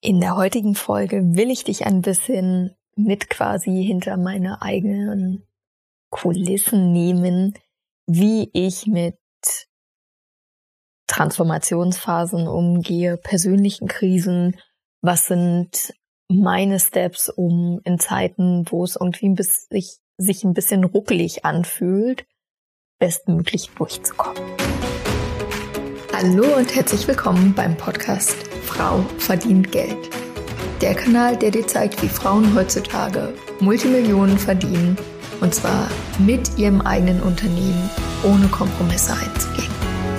In der heutigen Folge will ich dich ein bisschen mit quasi hinter meine eigenen Kulissen nehmen, wie ich mit Transformationsphasen umgehe, persönlichen Krisen. Was sind meine Steps, um in Zeiten, wo es irgendwie sich ein bisschen ruckelig anfühlt, bestmöglich durchzukommen. Hallo und herzlich willkommen beim Podcast Frau verdient Geld. Der Kanal, der dir zeigt, wie Frauen heutzutage Multimillionen verdienen, und zwar mit ihrem eigenen Unternehmen, ohne Kompromisse einzugehen.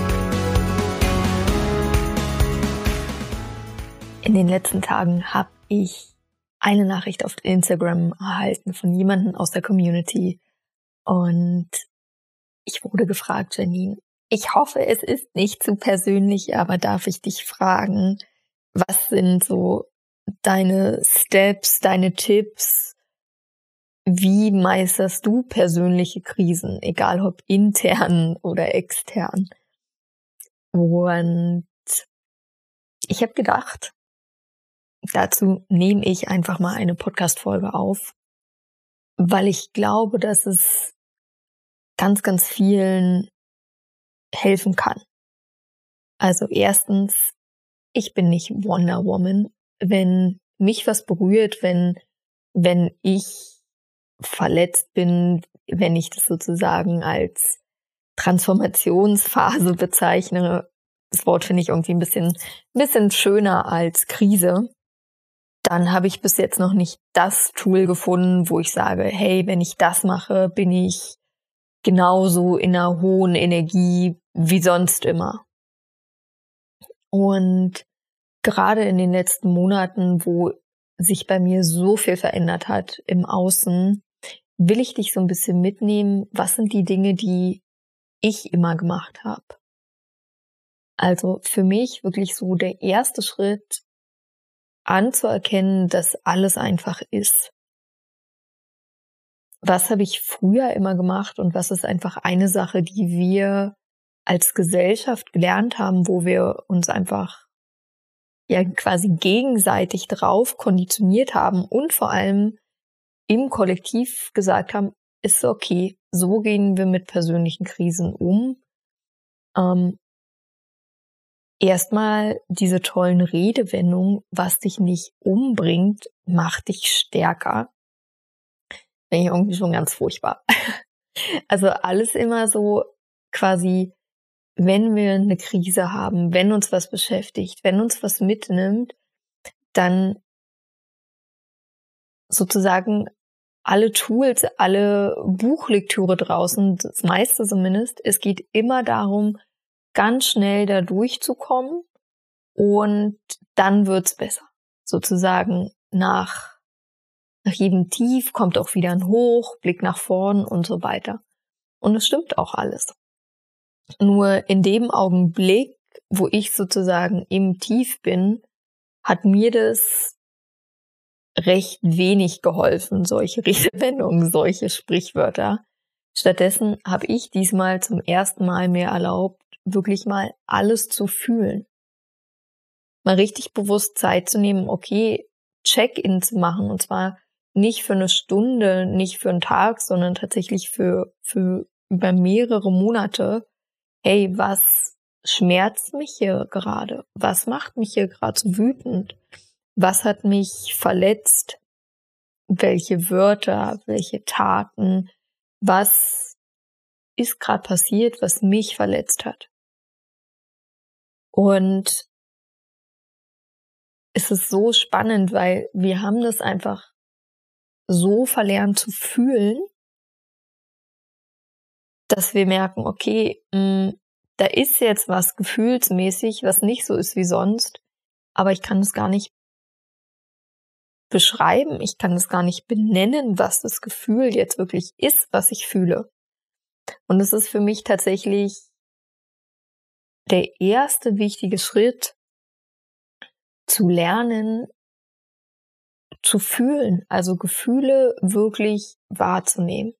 In den letzten Tagen habe ich eine Nachricht auf Instagram erhalten von jemandem aus der Community und ich wurde gefragt, Janine, ich hoffe, es ist nicht zu persönlich, aber darf ich dich fragen, was sind so deine Steps, deine Tipps? Wie meisterst du persönliche Krisen, egal ob intern oder extern? Und ich habe gedacht, dazu nehme ich einfach mal eine Podcast-Folge auf, weil ich glaube, dass es ganz, ganz vielen helfen kann. Also erstens, ich bin nicht Wonder Woman. Wenn mich was berührt, wenn ich verletzt bin, wenn ich das sozusagen als Transformationsphase bezeichne, das Wort finde ich irgendwie ein bisschen schöner als Krise, dann habe ich bis jetzt noch nicht das Tool gefunden, wo ich sage, hey, wenn ich das mache, bin ich genauso in einer hohen Energie wie sonst immer. Und gerade in den letzten Monaten, wo sich bei mir so viel verändert hat im Außen, will ich dich so ein bisschen mitnehmen, was sind die Dinge, die ich immer gemacht habe. Also für mich wirklich so der erste Schritt, anzuerkennen, dass alles einfach ist. Was habe ich früher immer gemacht und was ist einfach eine Sache, die wir als Gesellschaft gelernt haben, wo wir uns einfach ja quasi gegenseitig drauf konditioniert haben und vor allem im Kollektiv gesagt haben, ist okay, so gehen wir mit persönlichen Krisen um. Erstmal diese tollen Redewendungen, was dich nicht umbringt, macht dich stärker. Finde ich irgendwie schon ganz furchtbar. Also alles immer so quasi, wenn wir eine Krise haben, wenn uns was beschäftigt, wenn uns was mitnimmt, dann sozusagen alle Tools, alle Buchlektüre draußen, das meiste zumindest, es geht immer darum, ganz schnell da durchzukommen und dann wird's besser. Sozusagen nach jedem Tief kommt auch wieder ein Hoch, Blick nach vorn und so weiter. Und es stimmt auch alles. Nur in dem Augenblick, wo ich sozusagen im Tief bin, hat mir das recht wenig geholfen, solche Redewendungen, solche Sprichwörter. Stattdessen habe ich diesmal zum ersten Mal mir erlaubt, wirklich mal alles zu fühlen. Mal richtig bewusst Zeit zu nehmen, okay, Check-in zu machen, und zwar nicht für eine Stunde, nicht für einen Tag, sondern tatsächlich für über mehrere Monate. Hey, was schmerzt mich hier gerade? Was macht mich hier gerade so wütend? Was hat mich verletzt? Welche Wörter, welche Taten? Was ist gerade passiert, was mich verletzt hat? Und es ist so spannend, weil wir haben das einfach so verlernt zu fühlen, dass wir merken, okay, da ist jetzt was gefühlsmäßig, was nicht so ist wie sonst, aber ich kann es gar nicht beschreiben, ich kann es gar nicht benennen, was das Gefühl jetzt wirklich ist, was ich fühle. Und es ist für mich tatsächlich der erste wichtige Schritt, zu lernen, zu fühlen, also Gefühle wirklich wahrzunehmen.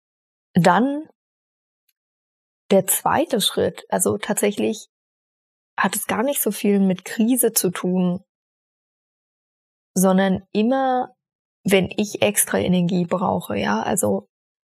Dann der zweite Schritt, also tatsächlich hat es gar nicht so viel mit Krise zu tun, sondern immer, wenn ich extra Energie brauche, ja, also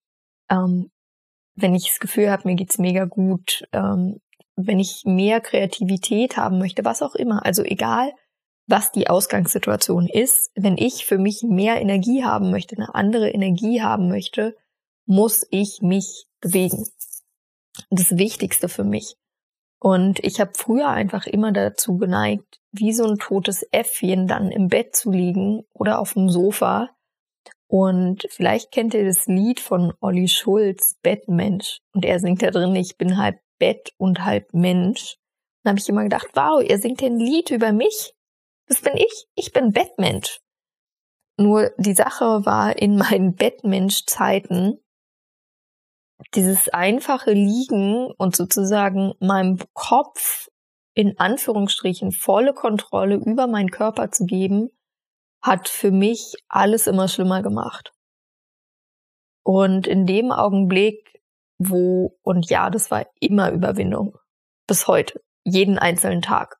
wenn ich das Gefühl habe, mir geht's mega gut, wenn ich mehr Kreativität haben möchte, was auch immer, also egal, was die Ausgangssituation ist, wenn ich für mich mehr Energie haben möchte, eine andere Energie haben möchte, muss ich mich bewegen. Das Wichtigste für mich. Und ich habe früher einfach immer dazu geneigt, wie so ein totes Äffchen dann im Bett zu liegen oder auf dem Sofa. Und vielleicht kennt ihr das Lied von Olli Schulz, Bettmensch. Und er singt da drin, ich bin halb Bett und halb Mensch. Dann habe ich immer gedacht, wow, er singt hier ein Lied über mich. Das bin ich. Ich bin Bettmensch. Nur die Sache war in meinen Bettmensch-Zeiten, dieses einfache Liegen und sozusagen meinem Kopf in Anführungsstrichen volle Kontrolle über meinen Körper zu geben, hat für mich alles immer schlimmer gemacht. Und in dem Augenblick, und ja, das war immer Überwindung, bis heute, jeden einzelnen Tag.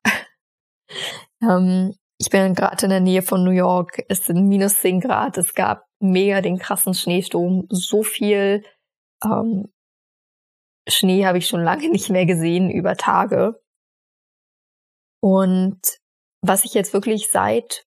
Ich bin gerade in der Nähe von New York, es sind -10 Grad, es gab mega den krassen Schneesturm, so viel Schnee habe ich schon lange nicht mehr gesehen, über Tage. Und was ich jetzt wirklich seit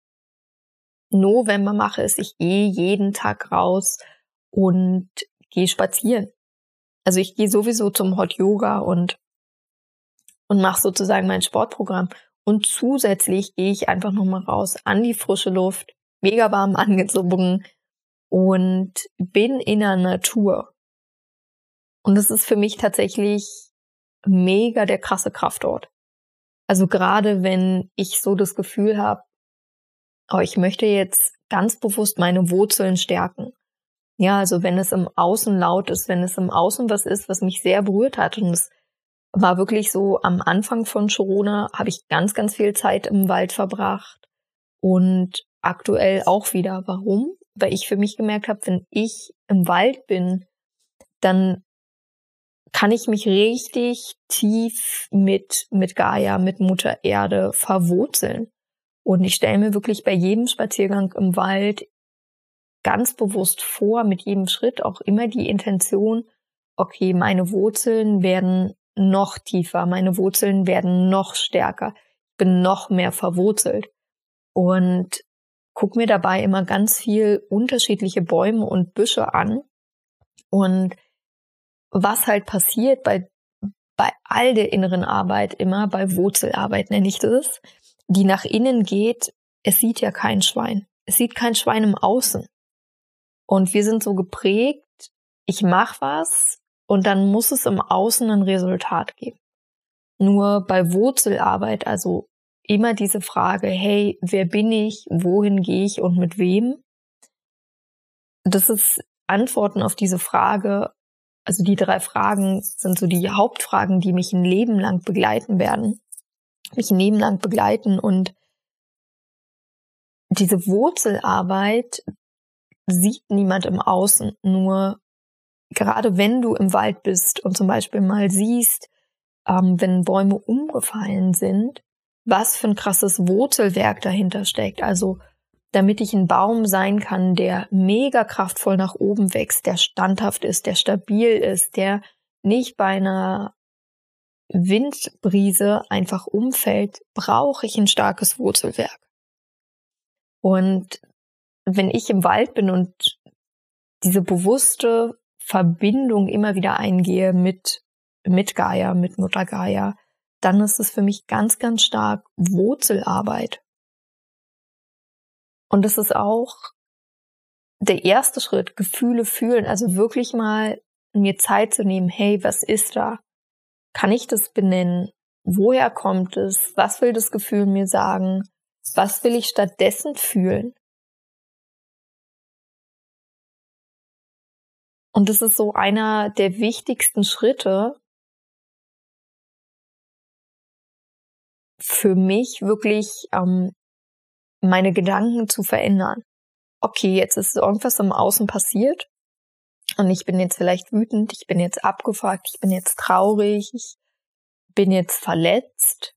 November mache, ist, ich gehe jeden Tag raus und gehe spazieren. Also ich gehe sowieso zum Hot Yoga und mache sozusagen mein Sportprogramm. Und zusätzlich gehe ich einfach nochmal raus an die frische Luft, mega warm angezogen und bin in der Natur. Und das ist für mich tatsächlich mega der krasse Kraftort. Also gerade wenn ich so das Gefühl habe, ich möchte jetzt ganz bewusst meine Wurzeln stärken. Ja, also wenn es im Außen laut ist, wenn es im Außen was ist, was mich sehr berührt hat. Und es war wirklich so, am Anfang von Corona habe ich ganz, ganz viel Zeit im Wald verbracht. Und aktuell auch wieder. Warum? Weil ich für mich gemerkt habe, wenn ich im Wald bin, dann kann ich mich richtig tief mit Gaia, mit Mutter Erde verwurzeln. Und ich stelle mir wirklich bei jedem Spaziergang im Wald ganz bewusst vor, mit jedem Schritt auch immer die Intention, okay, meine Wurzeln werden noch tiefer, meine Wurzeln werden noch stärker, ich bin noch mehr verwurzelt. Und guck mir dabei immer ganz viel unterschiedliche Bäume und Büsche an. Und was halt passiert bei all der inneren Arbeit immer, bei Wurzelarbeit nenne ich das, die nach innen geht, es sieht ja kein Schwein. Es sieht kein Schwein im Außen. Und wir sind so geprägt, ich mache was und dann muss es im Außen ein Resultat geben. Nur bei Wurzelarbeit, also immer diese Frage, hey, wer bin ich, wohin gehe ich und mit wem? Das ist Antworten auf diese Frage, also die 3 Fragen sind so die Hauptfragen, die mich ein Leben lang begleiten werden. Mich ein Leben lang begleiten und diese Wurzelarbeit sieht niemand im Außen. Nur gerade wenn du im Wald bist und zum Beispiel mal siehst, wenn Bäume umgefallen sind, was für ein krasses Wurzelwerk dahinter steckt. Also damit ich ein Baum sein kann, der mega kraftvoll nach oben wächst, der standhaft ist, der stabil ist, der nicht bei einer Windbrise einfach umfällt, brauche ich ein starkes Wurzelwerk. Und wenn ich im Wald bin und diese bewusste Verbindung immer wieder eingehe mit Gaia, mit Mutter Gaia, dann ist es für mich ganz, ganz stark Wurzelarbeit. Und das ist auch der erste Schritt, Gefühle fühlen, also wirklich mal mir Zeit zu nehmen, hey, was ist da? Kann ich das benennen? Woher kommt es? Was will das Gefühl mir sagen? Was will ich stattdessen fühlen? Und das ist so einer der wichtigsten Schritte für mich, wirklich meine Gedanken zu verändern. Okay, jetzt ist irgendwas im Außen passiert und ich bin jetzt vielleicht wütend, ich bin jetzt abgefuckt, ich bin jetzt traurig, ich bin jetzt verletzt.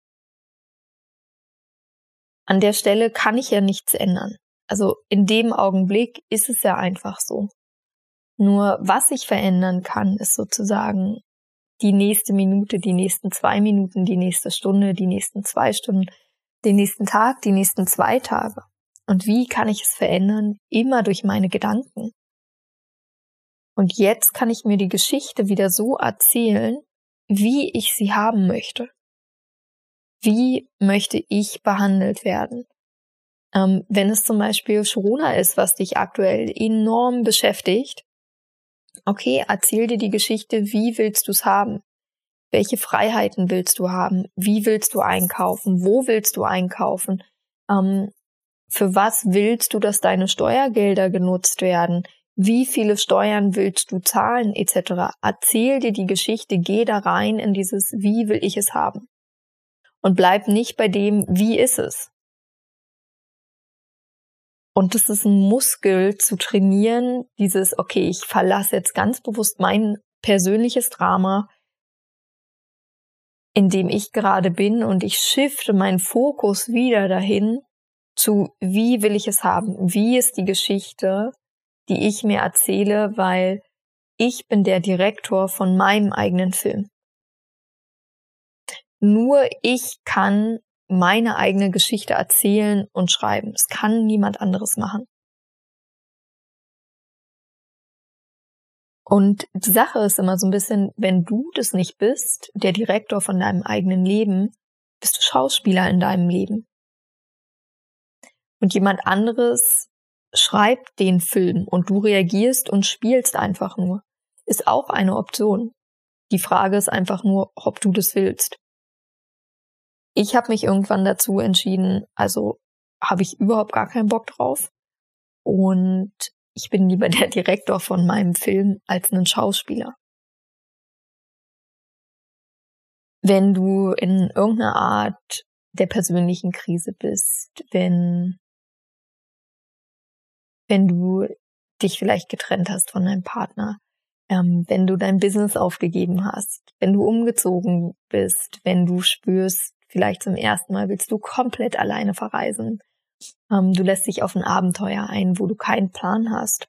An der Stelle kann ich ja nichts ändern. Also in dem Augenblick ist es ja einfach so. Nur was ich verändern kann, ist sozusagen die nächste Minute, die nächsten 2 Minuten, die nächste Stunde, die nächsten 2 Stunden, den nächsten Tag, die nächsten 2 Tage. Und wie kann ich es verändern? Immer durch meine Gedanken. Und jetzt kann ich mir die Geschichte wieder so erzählen, wie ich sie haben möchte. Wie möchte ich behandelt werden? Wenn es zum Beispiel Corona ist, was dich aktuell enorm beschäftigt, okay, erzähl dir die Geschichte, wie willst du es haben? Welche Freiheiten willst du haben? Wie willst du einkaufen? Wo willst du einkaufen? Für was willst du, dass deine Steuergelder genutzt werden? Wie viele Steuern willst du zahlen, etc.? Erzähl dir die Geschichte, geh da rein in dieses, wie will ich es haben? Und bleib nicht bei dem, wie ist es? Und es ist ein Muskel zu trainieren, dieses, okay, ich verlasse jetzt ganz bewusst mein persönliches Drama, in dem ich gerade bin, und ich shifte meinen Fokus wieder dahin zu, wie will ich es haben? Wie ist die Geschichte, die ich mir erzähle, weil ich bin der Direktor von meinem eigenen Film. Nur ich kann meine eigene Geschichte erzählen und schreiben. Das kann niemand anderes machen. Und die Sache ist immer so ein bisschen, wenn du das nicht bist, der Direktor von deinem eigenen Leben, bist du Schauspieler in deinem Leben. Und jemand anderes schreibt den Film und du reagierst und spielst einfach nur. Ist auch eine Option. Die Frage ist einfach nur, ob du das willst. Ich habe mich irgendwann dazu entschieden, also habe ich überhaupt gar keinen Bock drauf. Und ich bin lieber der Direktor von meinem Film als ein Schauspieler. Wenn du in irgendeiner Art der persönlichen Krise bist, wenn du dich vielleicht getrennt hast von deinem Partner, wenn du dein Business aufgegeben hast, wenn du umgezogen bist, wenn du spürst, vielleicht zum ersten Mal willst du komplett alleine verreisen, du lässt dich auf ein Abenteuer ein, wo du keinen Plan hast.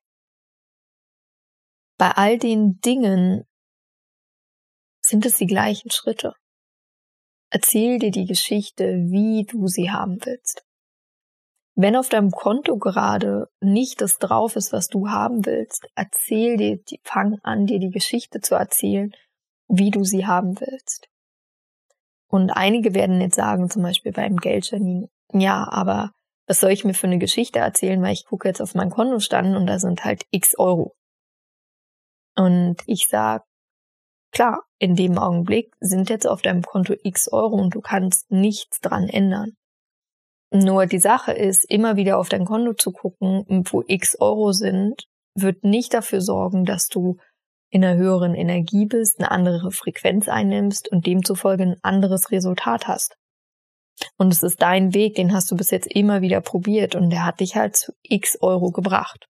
Bei all den Dingen sind es die gleichen Schritte. Erzähl dir die Geschichte, wie du sie haben willst. Wenn auf deinem Konto gerade nicht das drauf ist, was du haben willst, fang an, dir die Geschichte zu erzählen, wie du sie haben willst. Und einige werden jetzt sagen, zum Beispiel beim Geldverdienen, ja, aber was soll ich mir für eine Geschichte erzählen, weil ich gucke jetzt auf meinen Kontostand und da sind halt x Euro. Und ich sag, klar, in dem Augenblick sind jetzt auf deinem Konto x Euro und du kannst nichts dran ändern. Nur die Sache ist, immer wieder auf dein Konto zu gucken, wo x Euro sind, wird nicht dafür sorgen, dass du in einer höheren Energie bist, eine andere Frequenz einnimmst und demzufolge ein anderes Resultat hast. Und es ist dein Weg, den hast du bis jetzt immer wieder probiert und der hat dich halt zu x Euro gebracht.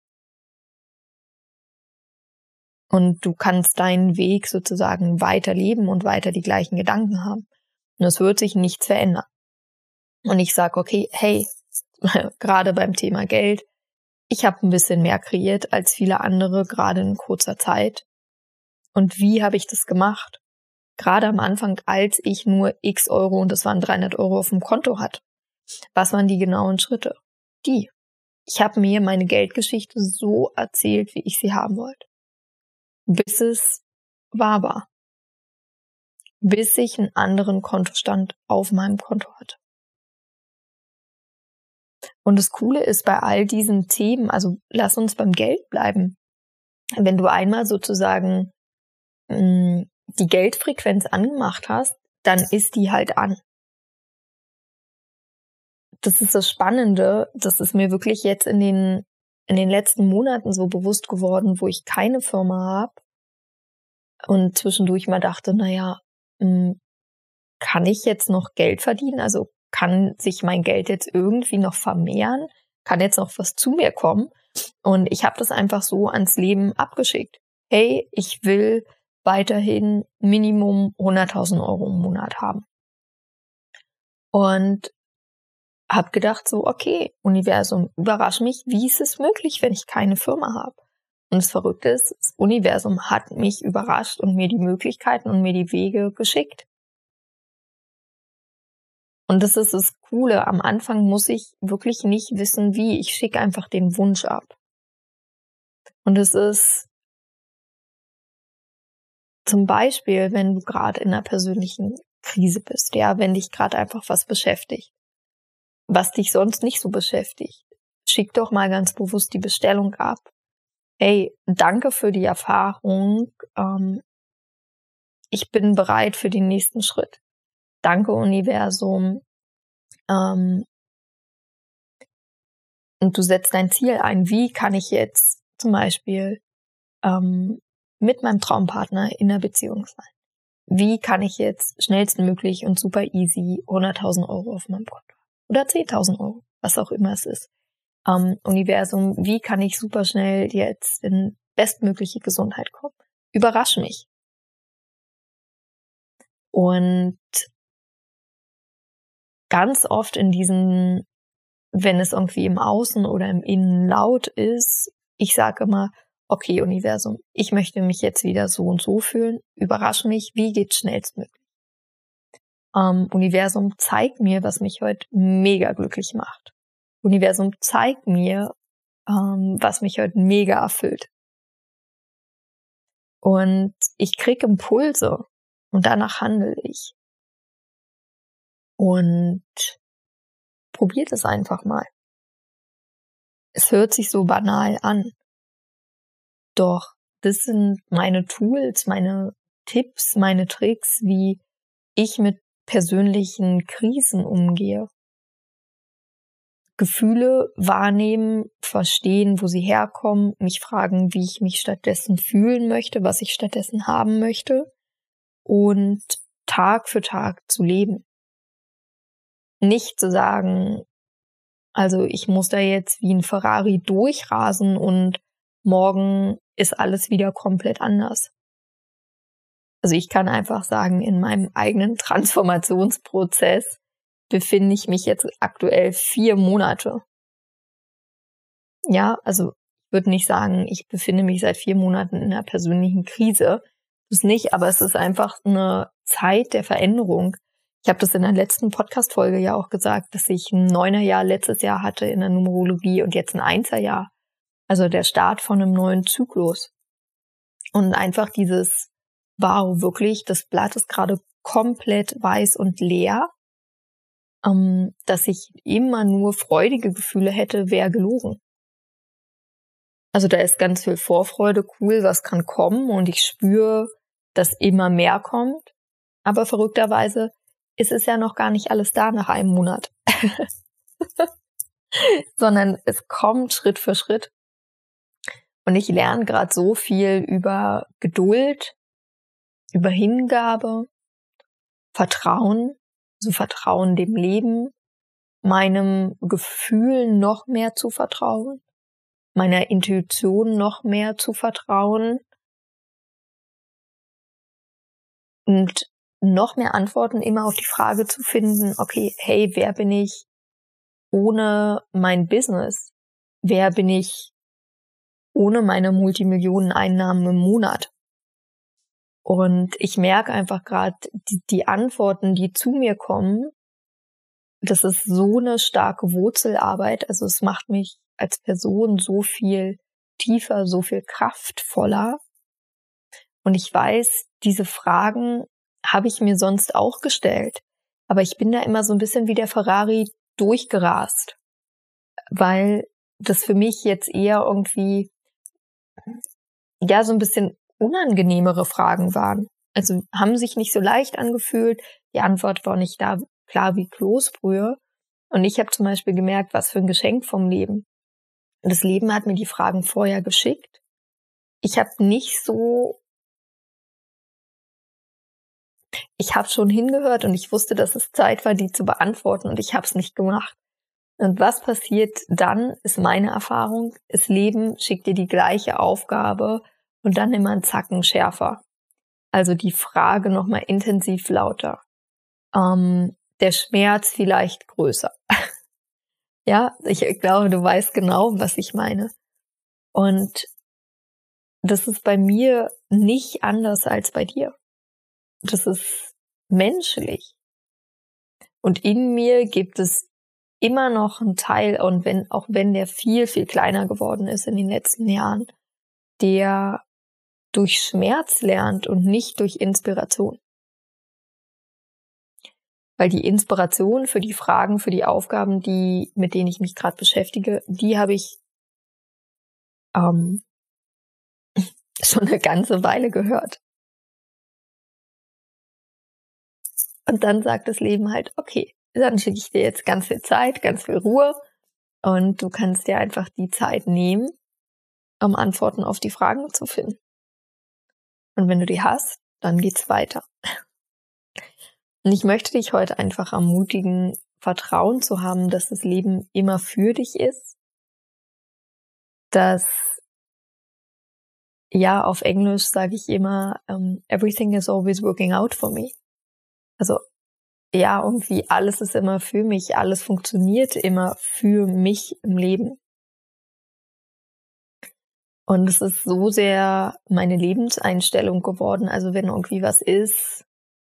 Und du kannst deinen Weg sozusagen weiterleben und weiter die gleichen Gedanken haben. Und es wird sich nichts verändern. Und ich sage, okay, hey, gerade beim Thema Geld, ich habe ein bisschen mehr kreiert als viele andere, gerade in kurzer Zeit. Und wie habe ich das gemacht? Gerade am Anfang, als ich nur x Euro, und das waren 300 Euro auf dem Konto hatte. Was waren die genauen Schritte? Ich habe mir meine Geldgeschichte so erzählt, wie ich sie haben wollte. Bis es wahr war. Bis ich einen anderen Kontostand auf meinem Konto hatte. Und das Coole ist bei all diesen Themen, also lass uns beim Geld bleiben. Wenn du einmal sozusagen die Geldfrequenz angemacht hast, dann ist die halt an. Das ist das Spannende, das ist mir wirklich jetzt in den letzten Monaten so bewusst geworden, wo ich keine Firma habe und zwischendurch mal dachte, naja, kann ich jetzt noch Geld verdienen? Also kann sich mein Geld jetzt irgendwie noch vermehren? Kann jetzt noch was zu mir kommen? Und ich habe das einfach so ans Leben abgeschickt. Hey, ich will weiterhin Minimum 100.000 Euro im Monat haben. Und habe gedacht so, okay, Universum, überrasch mich, wie ist es möglich, wenn ich keine Firma habe? Und das Verrückte ist, das Universum hat mich überrascht und mir die Möglichkeiten und mir die Wege geschickt. Und das ist das Coole. Am Anfang muss ich wirklich nicht wissen, wie. Ich schicke einfach den Wunsch ab. Und es ist zum Beispiel, wenn du gerade in einer persönlichen Krise bist, ja, wenn dich gerade einfach was beschäftigt, was dich sonst nicht so beschäftigt, schick doch mal ganz bewusst die Bestellung ab. Hey, danke für die Erfahrung. Ich bin bereit für den nächsten Schritt. Danke, Universum. Und du setzt dein Ziel ein. Wie kann ich jetzt zum Beispiel mit meinem Traumpartner in einer Beziehung sein? Wie kann ich jetzt schnellstmöglich und super easy 100.000 Euro auf meinem Konto oder 10.000 Euro, was auch immer es ist. Universum, wie kann ich super schnell jetzt in bestmögliche Gesundheit kommen? Überrasch mich. Und ganz oft in diesen, wenn es irgendwie im Außen oder im Innen laut ist, ich sage immer, okay, Universum, ich möchte mich jetzt wieder so und so fühlen, überrasch mich, wie geht's schnellstmöglich? Universum, zeig mir, was mich heute mega glücklich macht. Universum, zeig mir, was mich heute mega erfüllt. Und ich krieg Impulse und danach handle ich. Und probiert es einfach mal. Es hört sich so banal an. Doch das sind meine Tools, meine Tipps, meine Tricks, wie ich mit persönlichen Krisen umgehe. Gefühle wahrnehmen, verstehen, wo sie herkommen, mich fragen, wie ich mich stattdessen fühlen möchte, was ich stattdessen haben möchte und Tag für Tag zu leben. Nicht zu sagen, also ich muss da jetzt wie ein Ferrari durchrasen und morgen ist alles wieder komplett anders. Also ich kann einfach sagen, in meinem eigenen Transformationsprozess befinde ich mich jetzt aktuell 4 Monate. Ja, also ich würde nicht sagen, ich befinde mich seit 4 Monaten in einer persönlichen Krise. Das ist nicht, aber es ist einfach eine Zeit der Veränderung. Ich habe das in der letzten Podcast-Folge ja auch gesagt, dass ich ein 9er-Jahr letztes Jahr hatte in der Numerologie und jetzt ein 1er-Jahr. Also der Start von einem neuen Zyklus. Und einfach dieses, wow, wirklich, das Blatt ist gerade komplett weiß und leer. Dass ich immer nur freudige Gefühle hätte, wäre gelogen. Also da ist ganz viel Vorfreude, cool, was kann kommen und ich spüre, dass immer mehr kommt. Aber verrückterweise ist es ja noch gar nicht alles da nach einem Monat. Sondern es kommt Schritt für Schritt. Und ich lerne gerade so viel über Geduld, über Hingabe, Vertrauen, also Vertrauen dem Leben, meinem Gefühl noch mehr zu vertrauen, meiner Intuition noch mehr zu vertrauen und noch mehr Antworten immer auf die Frage zu finden, okay, hey, wer bin ich ohne mein Business? Wer bin ich ohne meine Multimillionen-Einnahmen im Monat? Und ich merke einfach gerade, die Antworten, die zu mir kommen, das ist so eine starke Wurzelarbeit. Also es macht mich als Person so viel tiefer, so viel kraftvoller. Und ich weiß, diese Fragen habe ich mir sonst auch gestellt. Aber ich bin da immer so ein bisschen wie der Ferrari durchgerast. Weil das für mich jetzt eher irgendwie, ja, so ein bisschen unangenehmere Fragen waren. Also haben sich nicht so leicht angefühlt. Die Antwort war nicht da klar wie Kloßbrühe. Und ich habe zum Beispiel gemerkt, was für ein Geschenk vom Leben. Und das Leben hat mir die Fragen vorher geschickt. Ich habe schon hingehört und ich wusste, dass es Zeit war, die zu beantworten und ich habe es nicht gemacht. Und was passiert dann, ist meine Erfahrung. Das Leben schickt dir die gleiche Aufgabe und dann immer einen Zacken schärfer. Also die Frage nochmal intensiv lauter. Der Schmerz vielleicht größer. Ja, ich glaube, du weißt genau, was ich meine. Und das ist bei mir nicht anders als bei dir. Das ist menschlich. Und in mir gibt es immer noch einen Teil, und auch wenn der viel, viel kleiner geworden ist in den letzten Jahren, der durch Schmerz lernt und nicht durch Inspiration. Weil die Inspiration für die Fragen, für die Aufgaben, mit denen ich mich gerade beschäftige, die habe ich schon eine ganze Weile gehört. Und dann sagt das Leben halt, okay, dann schicke ich dir jetzt ganz viel Zeit, ganz viel Ruhe, und du kannst dir einfach die Zeit nehmen, um Antworten auf die Fragen zu finden. Und wenn du die hast, dann geht's weiter. Und ich möchte dich heute einfach ermutigen, Vertrauen zu haben, dass das Leben immer für dich ist, dass, ja, auf Englisch sage ich immer, everything is always working out for me. Also, ja, irgendwie alles ist immer für mich, alles funktioniert immer für mich im Leben. Und es ist so sehr meine Lebenseinstellung geworden. Also wenn irgendwie was ist,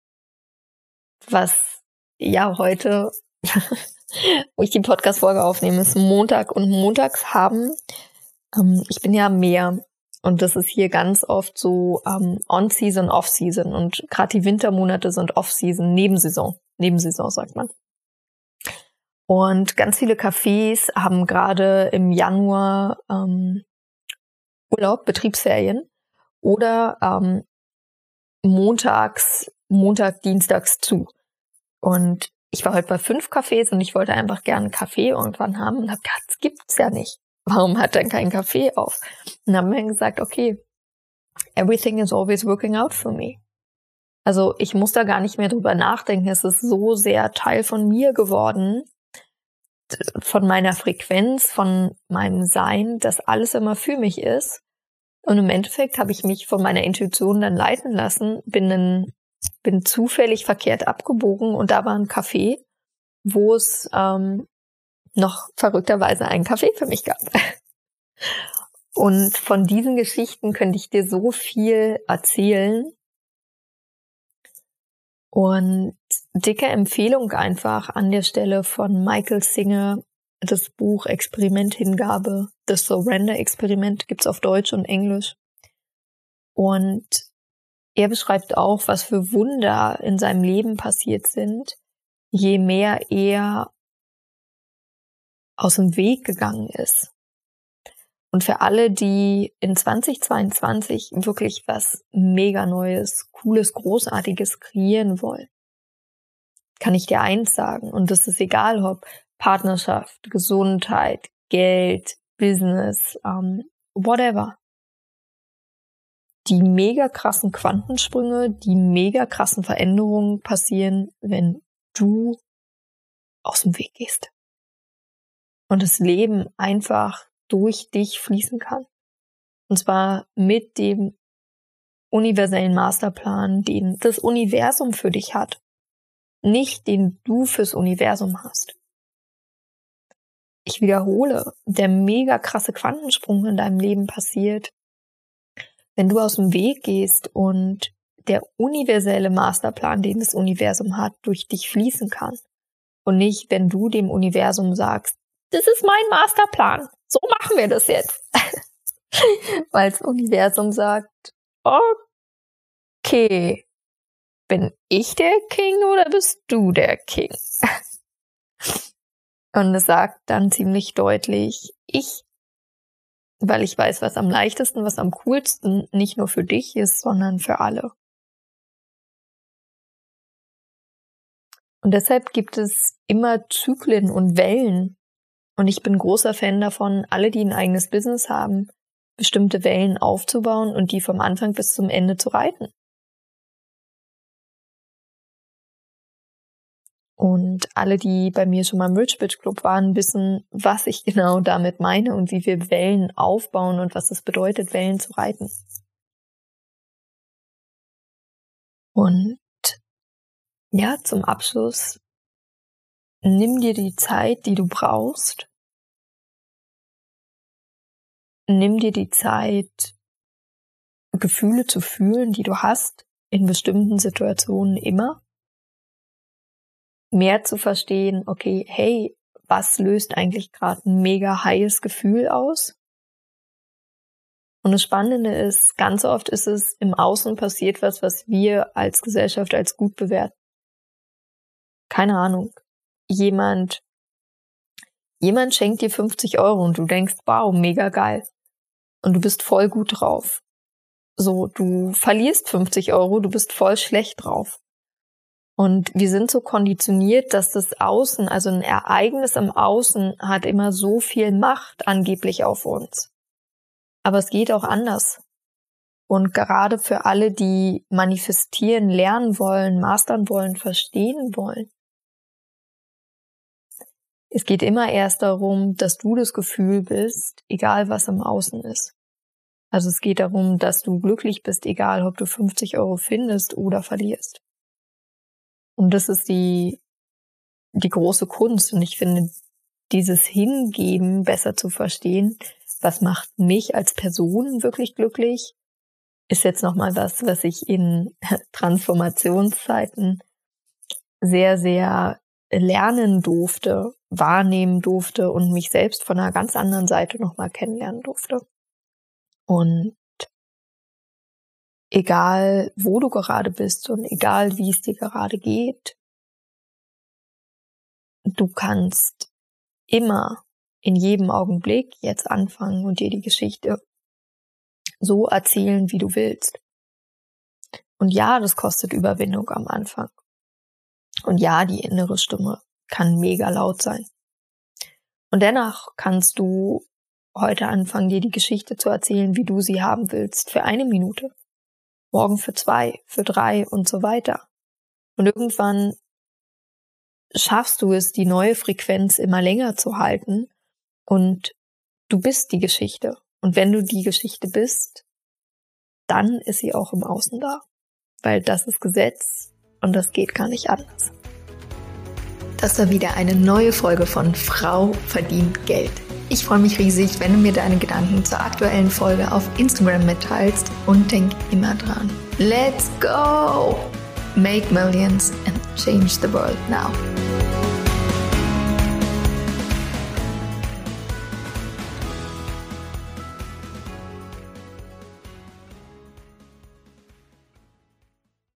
was, ja, heute, wo ich die Podcast-Folge aufnehme, ist Montag, und montags haben, ich bin ja am Meer, und das ist hier ganz oft so On-Season, Off-Season, und gerade die Wintermonate sind Off-Season, Nebensaison sagt man. Und ganz viele Cafés haben gerade im Januar Urlaub, Betriebsferien, oder Montag, Dienstags zu. Und ich war heute bei 5 Cafés und ich wollte einfach gerne einen Kaffee irgendwann haben und habe gedacht, das gibt's ja nicht. Warum hat denn kein Kaffee auf? Und dann haben wir gesagt, okay, everything is always working out for me. Also ich muss da gar nicht mehr drüber nachdenken. Es ist so sehr Teil von mir geworden, von meiner Frequenz, von meinem Sein, dass alles immer für mich ist. Und im Endeffekt habe ich mich von meiner Intuition dann leiten lassen, bin zufällig verkehrt abgebogen, und da war ein Café, wo es noch verrückterweise einen Kaffee für mich gab. Und von diesen Geschichten könnte ich dir so viel erzählen. Und dicke Empfehlung einfach an der Stelle von Michael Singer, das Buch Experiment Hingabe, das Surrender-Experiment, gibt's auf Deutsch und Englisch. Und er beschreibt auch, was für Wunder in seinem Leben passiert sind, je mehr er aus dem Weg gegangen ist. Und für alle, die in 2022 wirklich was mega Neues, Cooles, Großartiges kreieren wollen, kann ich dir eins sagen, und das ist egal, ob Partnerschaft, Gesundheit, Geld, Business, whatever. Die mega krassen Quantensprünge, die mega krassen Veränderungen passieren, wenn du aus dem Weg gehst. Und das Leben einfach durch dich fließen kann. Und zwar mit dem universellen Masterplan, den das Universum für dich hat. Nicht den du fürs Universum hast. Ich wiederhole, der mega krasse Quantensprung in deinem Leben passiert, wenn du aus dem Weg gehst und der universelle Masterplan, den das Universum hat, durch dich fließen kann. Und nicht, wenn du dem Universum sagst, das ist mein Masterplan, so machen wir das jetzt. Weil das Universum sagt, okay, bin ich der King oder bist du der King? Und es sagt dann ziemlich deutlich, weil ich weiß, was am leichtesten, was am coolsten nicht nur für dich ist, sondern für alle. Und deshalb gibt es immer Zyklen und Wellen. Und ich bin großer Fan davon, alle, die ein eigenes Business haben, bestimmte Wellen aufzubauen und die vom Anfang bis zum Ende zu reiten. Und alle, die bei mir schon mal im Rich Bitch Club waren, wissen, was ich genau damit meine und wie wir Wellen aufbauen und was es bedeutet, Wellen zu reiten. Und ja, zum Abschluss, nimm dir die Zeit, die du brauchst. Nimm dir die Zeit, Gefühle zu fühlen, die du hast, in bestimmten Situationen immer. Mehr zu verstehen, okay, hey, was löst eigentlich gerade ein mega highs Gefühl aus? Und das Spannende ist, ganz oft ist es im Außen passiert was wir als Gesellschaft als gut bewerten. Keine Ahnung. Jemand schenkt dir 50 € und du denkst, wow, mega geil. Und du bist voll gut drauf. So, du verlierst 50 €, du bist voll schlecht drauf. Und wir sind so konditioniert, dass das Außen, also ein Ereignis im Außen, hat immer so viel Macht angeblich auf uns. Aber es geht auch anders. Und gerade für alle, die manifestieren, lernen wollen, mastern wollen, verstehen wollen, es geht immer erst darum, dass du das Gefühl bist, egal was im Außen ist. Also es geht darum, dass du glücklich bist, egal ob du 50 € findest oder verlierst. Und das ist die große Kunst. Und ich finde, dieses Hingeben besser zu verstehen, was macht mich als Person wirklich glücklich, ist jetzt nochmal was ich in Transformationszeiten sehr, sehr lernen durfte, wahrnehmen durfte und mich selbst von einer ganz anderen Seite nochmal kennenlernen durfte. Und egal, wo du gerade bist und egal, wie es dir gerade geht, du kannst immer in jedem Augenblick jetzt anfangen und dir die Geschichte so erzählen, wie du willst. Und ja, das kostet Überwindung am Anfang. Und ja, die innere Stimme kann mega laut sein. Und dennoch kannst du heute anfangen, dir die Geschichte zu erzählen, wie du sie haben willst, für 1 Minute. Morgen für 2, für 3 und so weiter. Und irgendwann schaffst du es, die neue Frequenz immer länger zu halten und du bist die Geschichte. Und wenn du die Geschichte bist, dann ist sie auch im Außen da. Weil das ist Gesetz und das geht gar nicht anders. Das war wieder eine neue Folge von Frau verdient Geld. Ich freue mich riesig, wenn du mir deine Gedanken zur aktuellen Folge auf Instagram mitteilst und denk immer dran. Let's go! Make millions and change the world now.